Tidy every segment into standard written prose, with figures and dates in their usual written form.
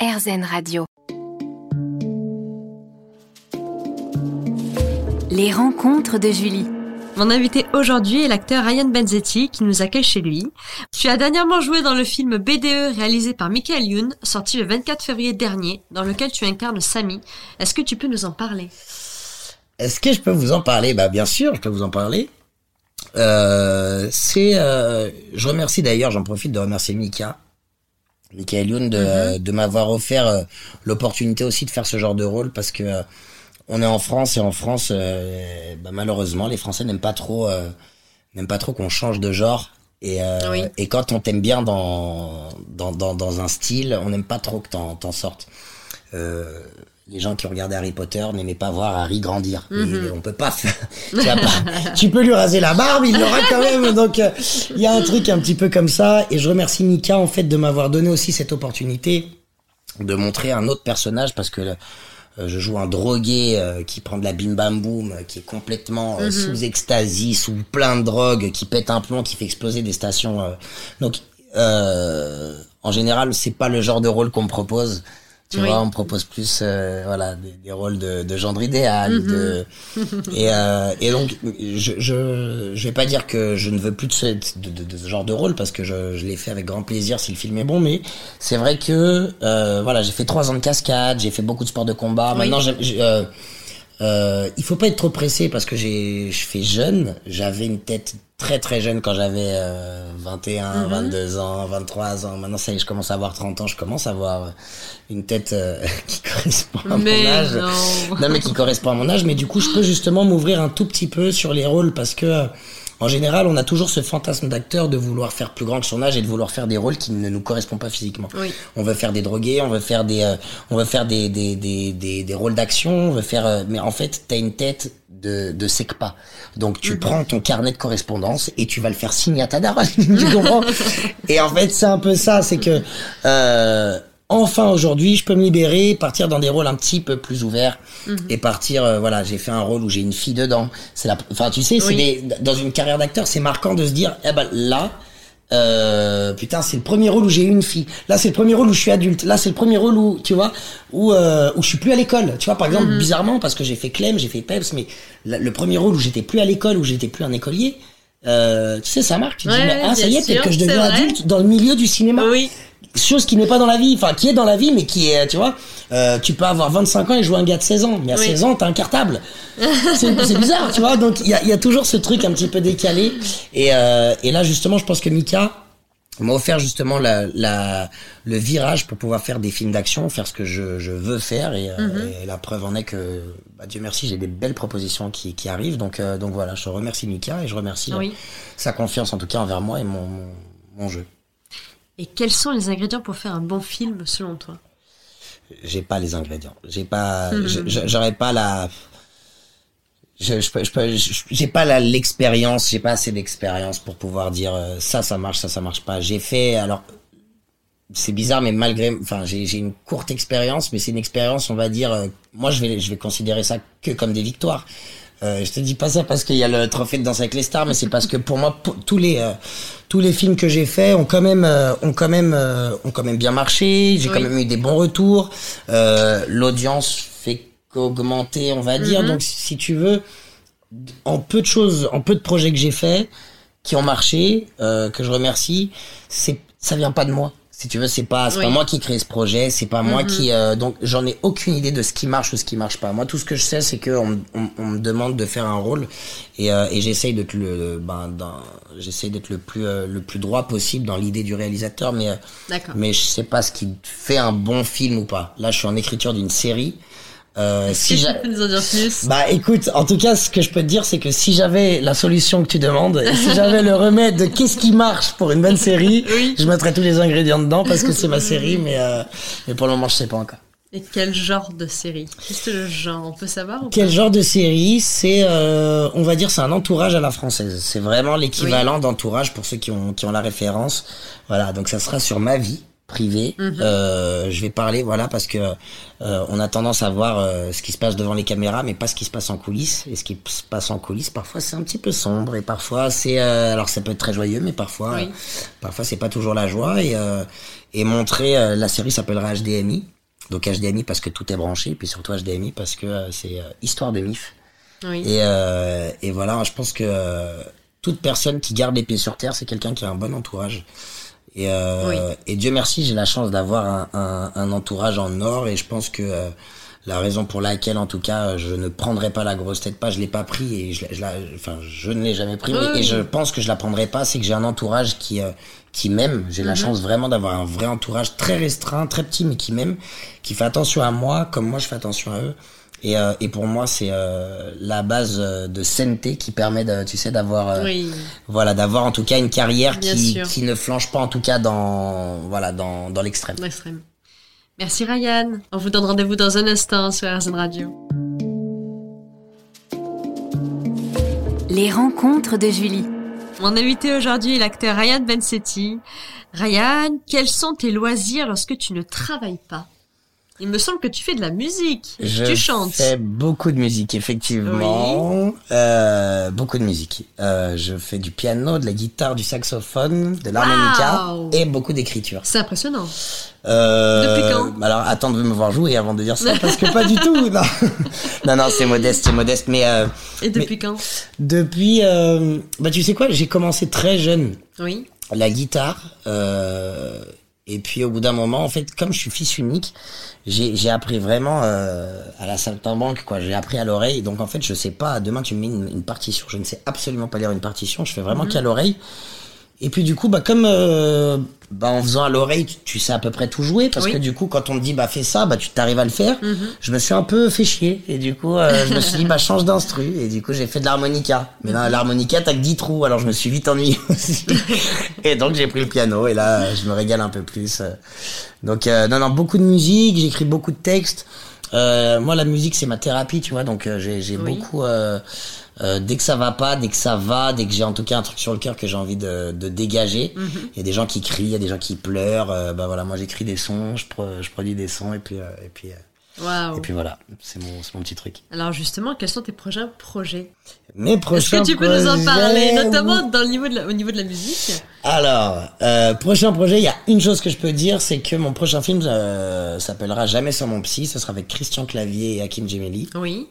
RZN Radio. Les rencontres de Julie. Mon invité aujourd'hui est l'acteur Ryan Benzetti qui nous accueille chez lui. Tu as dernièrement joué dans le film BDE réalisé par Michael Youn, sorti le 24 février dernier, dans lequel tu incarnes Samy. Est-ce que tu peux nous en parler ? Est-ce que je peux vous en parler ? Bien sûr, je peux vous en parler. Je remercie d'ailleurs, j'en profite de remercier Michael Youn de m'avoir offert l'opportunité aussi de faire ce genre de rôle, parce que on est en France, et en France malheureusement les Français n'aiment pas trop qu'on change de genre, et quand on t'aime bien dans un style, on n'aime pas trop que t'en sortes. Les gens qui regardaient Harry Potter n'aimaient pas voir Harry grandir. Et on peut pas faire, tu peux lui raser la barbe, il l'aura quand même. Donc, il y a un truc un petit peu comme ça. Et je remercie Mika, en fait, de m'avoir donné aussi cette opportunité de montrer un autre personnage, parce que je joue un drogué qui prend de la bim bam boum, qui est complètement sous ecstasy, sous plein de drogues, qui pète un plomb, qui fait exploser des stations. Donc, en général, c'est pas le genre de rôle qu'on me propose. Tu vois, on me propose plus, des rôles de gendre idéal, et donc, je vais pas dire que je ne veux plus de ce genre de rôle, parce que je l'ai fait avec grand plaisir si le film est bon, mais c'est vrai que, j'ai fait 3 ans de cascade, j'ai fait beaucoup de sports de combat. Oui. Maintenant, il faut pas être trop pressé, parce que je fais jeune. J'avais une tête très très jeune quand j'avais 21, 22 ans, 23 ans. Maintenant, ça y est, je commence à avoir 30 ans, je commence à avoir une tête qui correspond à mon âge. Non, mais qui correspond à mon âge. Mais du coup, je peux justement m'ouvrir un tout petit peu sur les rôles, parce que en général, on a toujours ce fantasme d'acteur de vouloir faire plus grand que son âge et de vouloir faire des rôles qui ne nous correspondent pas physiquement. Oui. On veut faire des drogués, on veut faire des rôles d'action, on veut faire, mais en fait, t'as une tête de secpa. Donc, tu prends ton carnet de correspondance et tu vas le faire signer à ta daronne. Tu comprends? Et en fait, c'est un peu ça, c'est que, enfin, aujourd'hui, je peux me libérer, partir dans des rôles un petit peu plus ouverts, et partir, j'ai fait un rôle où j'ai une fille dedans. Tu sais, dans une carrière d'acteur, c'est marquant de se dire, là, c'est le premier rôle où j'ai eu une fille. Là, c'est le premier rôle où je suis adulte. Là, c'est le premier rôle où, tu vois, où je suis plus à l'école. Tu vois, par exemple, bizarrement, parce que j'ai fait Clem, j'ai fait Peps, mais le premier rôle où j'étais plus à l'école, où j'étais plus un écolier, tu sais, ça marque. Tu te dis, ça y est, peut-être que je deviens adulte dans le milieu du cinéma. Oui. Chose qui n'est pas dans la vie, qui est dans la vie, mais qui est, tu vois, tu peux avoir 25 ans et jouer un gars de 16 ans, mais à 16 ans, t'as un cartable. C'est bizarre, tu vois, donc il y a toujours ce truc un petit peu décalé, et là, justement, je pense que Mika m'a offert justement le virage pour pouvoir faire des films d'action, faire ce que je veux faire, et la preuve en est que, Dieu merci, j'ai des belles propositions qui arrivent, donc voilà, je remercie Mika, et je remercie sa confiance, en tout cas, envers moi et mon jeu. Et quels sont les ingrédients pour faire un bon film, selon toi ? J'ai pas les ingrédients. J'ai pas, j'aurais pas la, j'ai pas l'expérience, j'ai pas assez d'expérience pour pouvoir dire ça marche pas. J'ai fait, alors, c'est bizarre, mais j'ai une courte expérience, mais c'est une expérience, on va dire, moi je vais considérer ça que comme des victoires. Je te dis pas ça parce qu'il y a le trophée de Danse avec les stars, mais c'est parce que pour moi, tous les films que j'ai faits ont quand même bien marché. J'ai quand même eu des bons retours. L'audience fait qu'augmenter, on va dire. Donc, si tu veux, en peu de projets que j'ai faits, qui ont marché, que je remercie, ça vient pas de moi. Si tu veux, c'est pas moi qui crée ce projet, c'est pas moi qui, donc j'en ai aucune idée de ce qui marche ou ce qui marche pas. Moi, tout ce que je sais, c'est que on me demande de faire un rôle, et j'essaye d'être le plus droit possible dans l'idée du réalisateur, mais je sais pas ce qui fait un bon film ou pas. Là, je suis en écriture d'une série. Si tu peux nous en dire plus? Écoute, en tout cas, ce que je peux te dire, c'est que si j'avais la solution que tu demandes, et si j'avais le remède de qu'est-ce qui marche pour une bonne série, je mettrais tous les ingrédients dedans, parce que c'est ma série, mais pour le moment, je sais pas encore. Et quel genre de série? Qu'est-ce que le genre, on peut savoir ou quel pas? Genre de série? C'est, on va dire, c'est un entourage à la française. C'est vraiment l'équivalent d'entourage pour ceux qui ont la référence. Voilà, donc ça sera sur ma vie privé. Je vais parler, voilà, parce que on a tendance à voir ce qui se passe devant les caméras, mais pas ce qui se passe en coulisses. Et ce qui se passe en coulisses, parfois c'est un petit peu sombre, et parfois c'est, alors ça peut être très joyeux, mais parfois, parfois c'est pas toujours la joie. Et montrer, la série s'appellera HDMI. Donc HDMI parce que tout est branché, et puis surtout HDMI parce que c'est histoire de MIF. Oui. Et voilà, je pense que toute personne qui garde les pieds sur terre, c'est quelqu'un qui a un bon entourage. Et Dieu merci, j'ai la chance d'avoir un entourage en or, et je pense que la raison pour laquelle, en tout cas, je ne prendrai pas la grosse tête, je l'ai pas pris, et je ne l'ai jamais pris, et je pense que je la prendrai pas, c'est que j'ai un entourage qui m'aime. J'ai la chance vraiment d'avoir un vrai entourage très restreint, très petit, mais qui m'aime, qui fait attention à moi, comme moi je fais attention à eux. Et pour moi, c'est la base de sainteté qui permet de, tu sais, d'avoir voilà, d'avoir en tout cas une carrière qui ne flanche pas, en tout cas dans l'extrême. L'extrême. Merci Ryan. On vous donne rendez-vous dans un instant sur RZN Radio. Les rencontres de Julie. Mon invité aujourd'hui est l'acteur Ryan Bensetti. Ryan, quels sont tes loisirs lorsque tu ne travailles pas? Il me semble que tu fais de la musique. Tu chantes. Je fais beaucoup de musique, effectivement. Oui. Beaucoup de musique. Je fais du piano, de la guitare, du saxophone, de l'harmonica et beaucoup d'écriture. C'est impressionnant. Depuis quand? Alors, attends de me voir jouer avant de dire ça, parce que pas du tout. Non, c'est modeste. Mais et depuis quand? Depuis, tu sais quoi, j'ai commencé très jeune. Oui. La guitare. Et puis au bout d'un moment, en fait, comme je suis fils unique, j'ai appris vraiment à la saltimbanque, quoi. J'ai appris à l'oreille. Donc en fait, je sais pas. Demain, tu me mets une partition. Je ne sais absolument pas lire une partition. Je fais vraiment qu'à l'oreille. Et puis du coup, comme en faisant à l'oreille, tu sais à peu près tout jouer, parce que du coup, quand on te dit fais ça, tu t'arrives à le faire. Je me suis un peu fait chier, et du coup, je me suis dit change d'instru, et du coup, j'ai fait de l'harmonica. Mais là, l'harmonica, t'as que 10 trous, alors je me suis vite ennuyé aussi. Et donc j'ai pris le piano, et là, je me régale un peu plus. Donc beaucoup de musique, j'écris beaucoup de textes. Moi, la musique, c'est ma thérapie, tu vois, donc j'ai beaucoup. Dès que ça va pas, dès que ça va, dès que j'ai en tout cas un truc sur le cœur que j'ai envie de dégager, il y a des gens qui crient, il y a des gens qui pleurent, voilà, moi j'écris des sons, je produis des sons, et puis voilà, c'est mon petit truc. Alors justement, quels sont tes prochains projets? Mes prochains projets. Est-ce que tu peux nous en parler, notamment au niveau de la musique? Alors, prochain projet, il y a une chose que je peux dire, c'est que mon prochain film s'appellera Jamais sans mon psy, ce sera avec Christian Clavier et Hakim Djemili. Oui.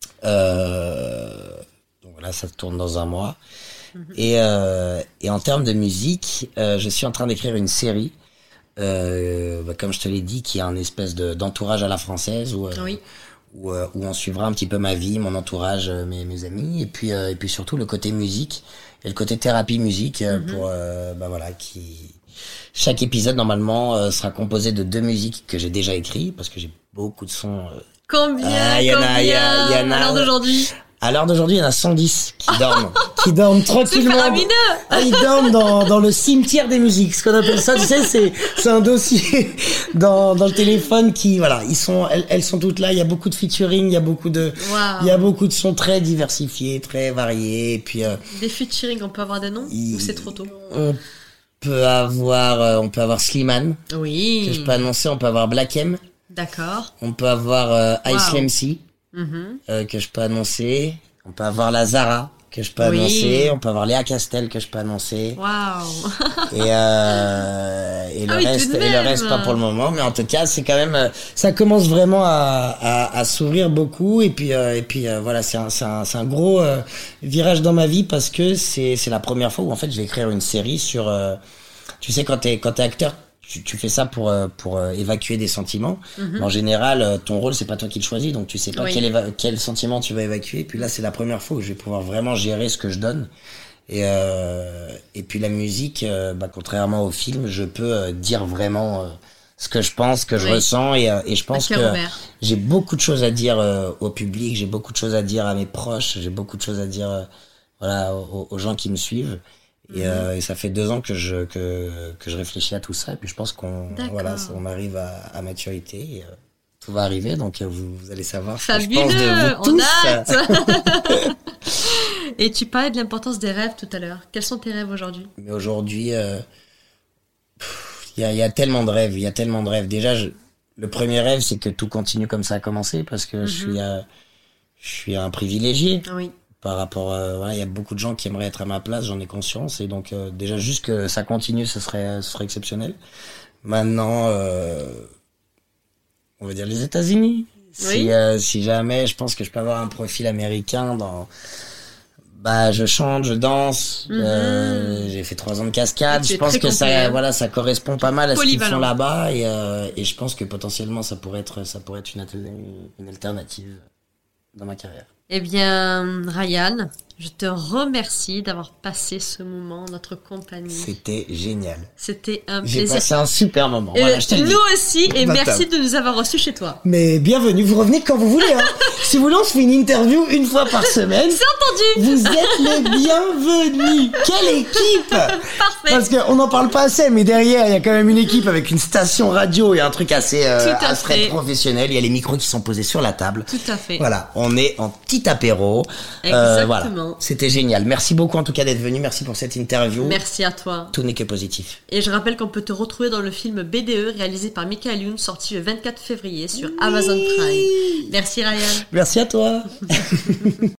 Donc là, ça tourne dans un mois. Et en termes de musique, je suis en train d'écrire une série, comme je te l'ai dit, qui a un espèce d'entourage à la française, où on suivra un petit peu ma vie, mon entourage, mes amis, et puis surtout le côté musique et le côté thérapie musique, pour chaque épisode normalement sera composé de 2 musiques que j'ai déjà écrites, parce que j'ai beaucoup de sons. Combien? Y en a. À l'heure d'aujourd'hui? À l'heure d'aujourd'hui, il y en a 110 qui dorment tranquillement. C'est faramineux. Ils dorment dans le cimetière des musiques. Ce qu'on appelle ça, tu sais, c'est un dossier dans le téléphone qui, voilà, elles sont toutes là. Il y a beaucoup de featuring, il y a beaucoup de sons très diversifiés, très variés. Et puis, des featuring, on peut avoir des noms? Ou c'est trop tôt? On peut avoir Slimane. Oui. Que je peux annoncer. On peut avoir Black M. D'accord. On peut avoir Ice MC, que je peux annoncer. On peut avoir la Zara, que je peux annoncer. On peut avoir Léa Castel, que je peux annoncer. Waouh. Et le reste pas pour le moment, mais en tout cas, c'est quand même, ça commence vraiment à s'ouvrir beaucoup. Et puis voilà, c'est un gros virage dans ma vie, parce que c'est la première fois où en fait je vais écrire une série sur, tu sais, quand t'es acteur, tu fais ça pour évacuer des sentiments. En général, ton rôle, c'est pas toi qui le choisis, donc tu sais pas quel sentiment tu vas évacuer. Et puis là, c'est la première fois où je vais pouvoir vraiment gérer ce que je donne. Et puis la musique, contrairement au film, je peux dire vraiment ce que je pense, que je ressens, et je pense que j'ai beaucoup de choses à dire au public, j'ai beaucoup de choses à dire à mes proches, j'ai beaucoup de choses à dire aux gens qui me suivent. Et ça fait 2 ans que je réfléchis à tout ça, et puis je pense qu'on arrive à maturité, et tout va arriver, donc vous allez savoir ce que je pense de vous tous. On a Et tu parlais de l'importance des rêves tout à l'heure. Quels sont tes rêves aujourd'hui? Mais aujourd'hui, il Il y a tellement de rêves, Déjà, le premier rêve, c'est que tout continue comme ça a commencé, parce que je suis un privilégié. Oui. Par rapport, il y a beaucoup de gens qui aimeraient être à ma place, j'en ai conscience, et donc déjà juste que ça continue, ce serait exceptionnel. Maintenant, on va dire les États-Unis. Oui. Si jamais, je pense que je peux avoir un profil américain je chante, je danse, j'ai fait 3 ans de cascade. Je pense que ça correspond pas mal à ce qu'ils font là-bas, et je pense que potentiellement ça pourrait être une alternative dans ma carrière. Eh bien, Ryan, je te remercie d'avoir passé ce moment en notre compagnie. C'était génial. C'était un plaisir. J'ai passé un super moment. Voilà, je te le dis. Nous aussi, et merci de nous avoir reçus chez toi. Mais bienvenue, vous revenez quand vous voulez. Hein. Si vous voulez, on se fait une interview une fois par semaine. C'est entendu. Vous êtes les bienvenus. Quelle équipe. Parfait. Parce qu'on n'en parle pas assez, mais derrière, il y a quand même une équipe avec une station radio et un truc assez professionnel. Il y a les micros qui sont posés sur la table. Tout à fait. Voilà, on est en petit apéro. Exactement. Voilà. C'était génial. Merci beaucoup en tout cas d'être venu. Merci pour cette interview. Merci à toi. Tout n'est que positif. Et je rappelle qu'on peut te retrouver dans le film BDE réalisé par Michael Youn, sorti le 24 février sur Amazon Prime. Merci Ryan. Merci à toi.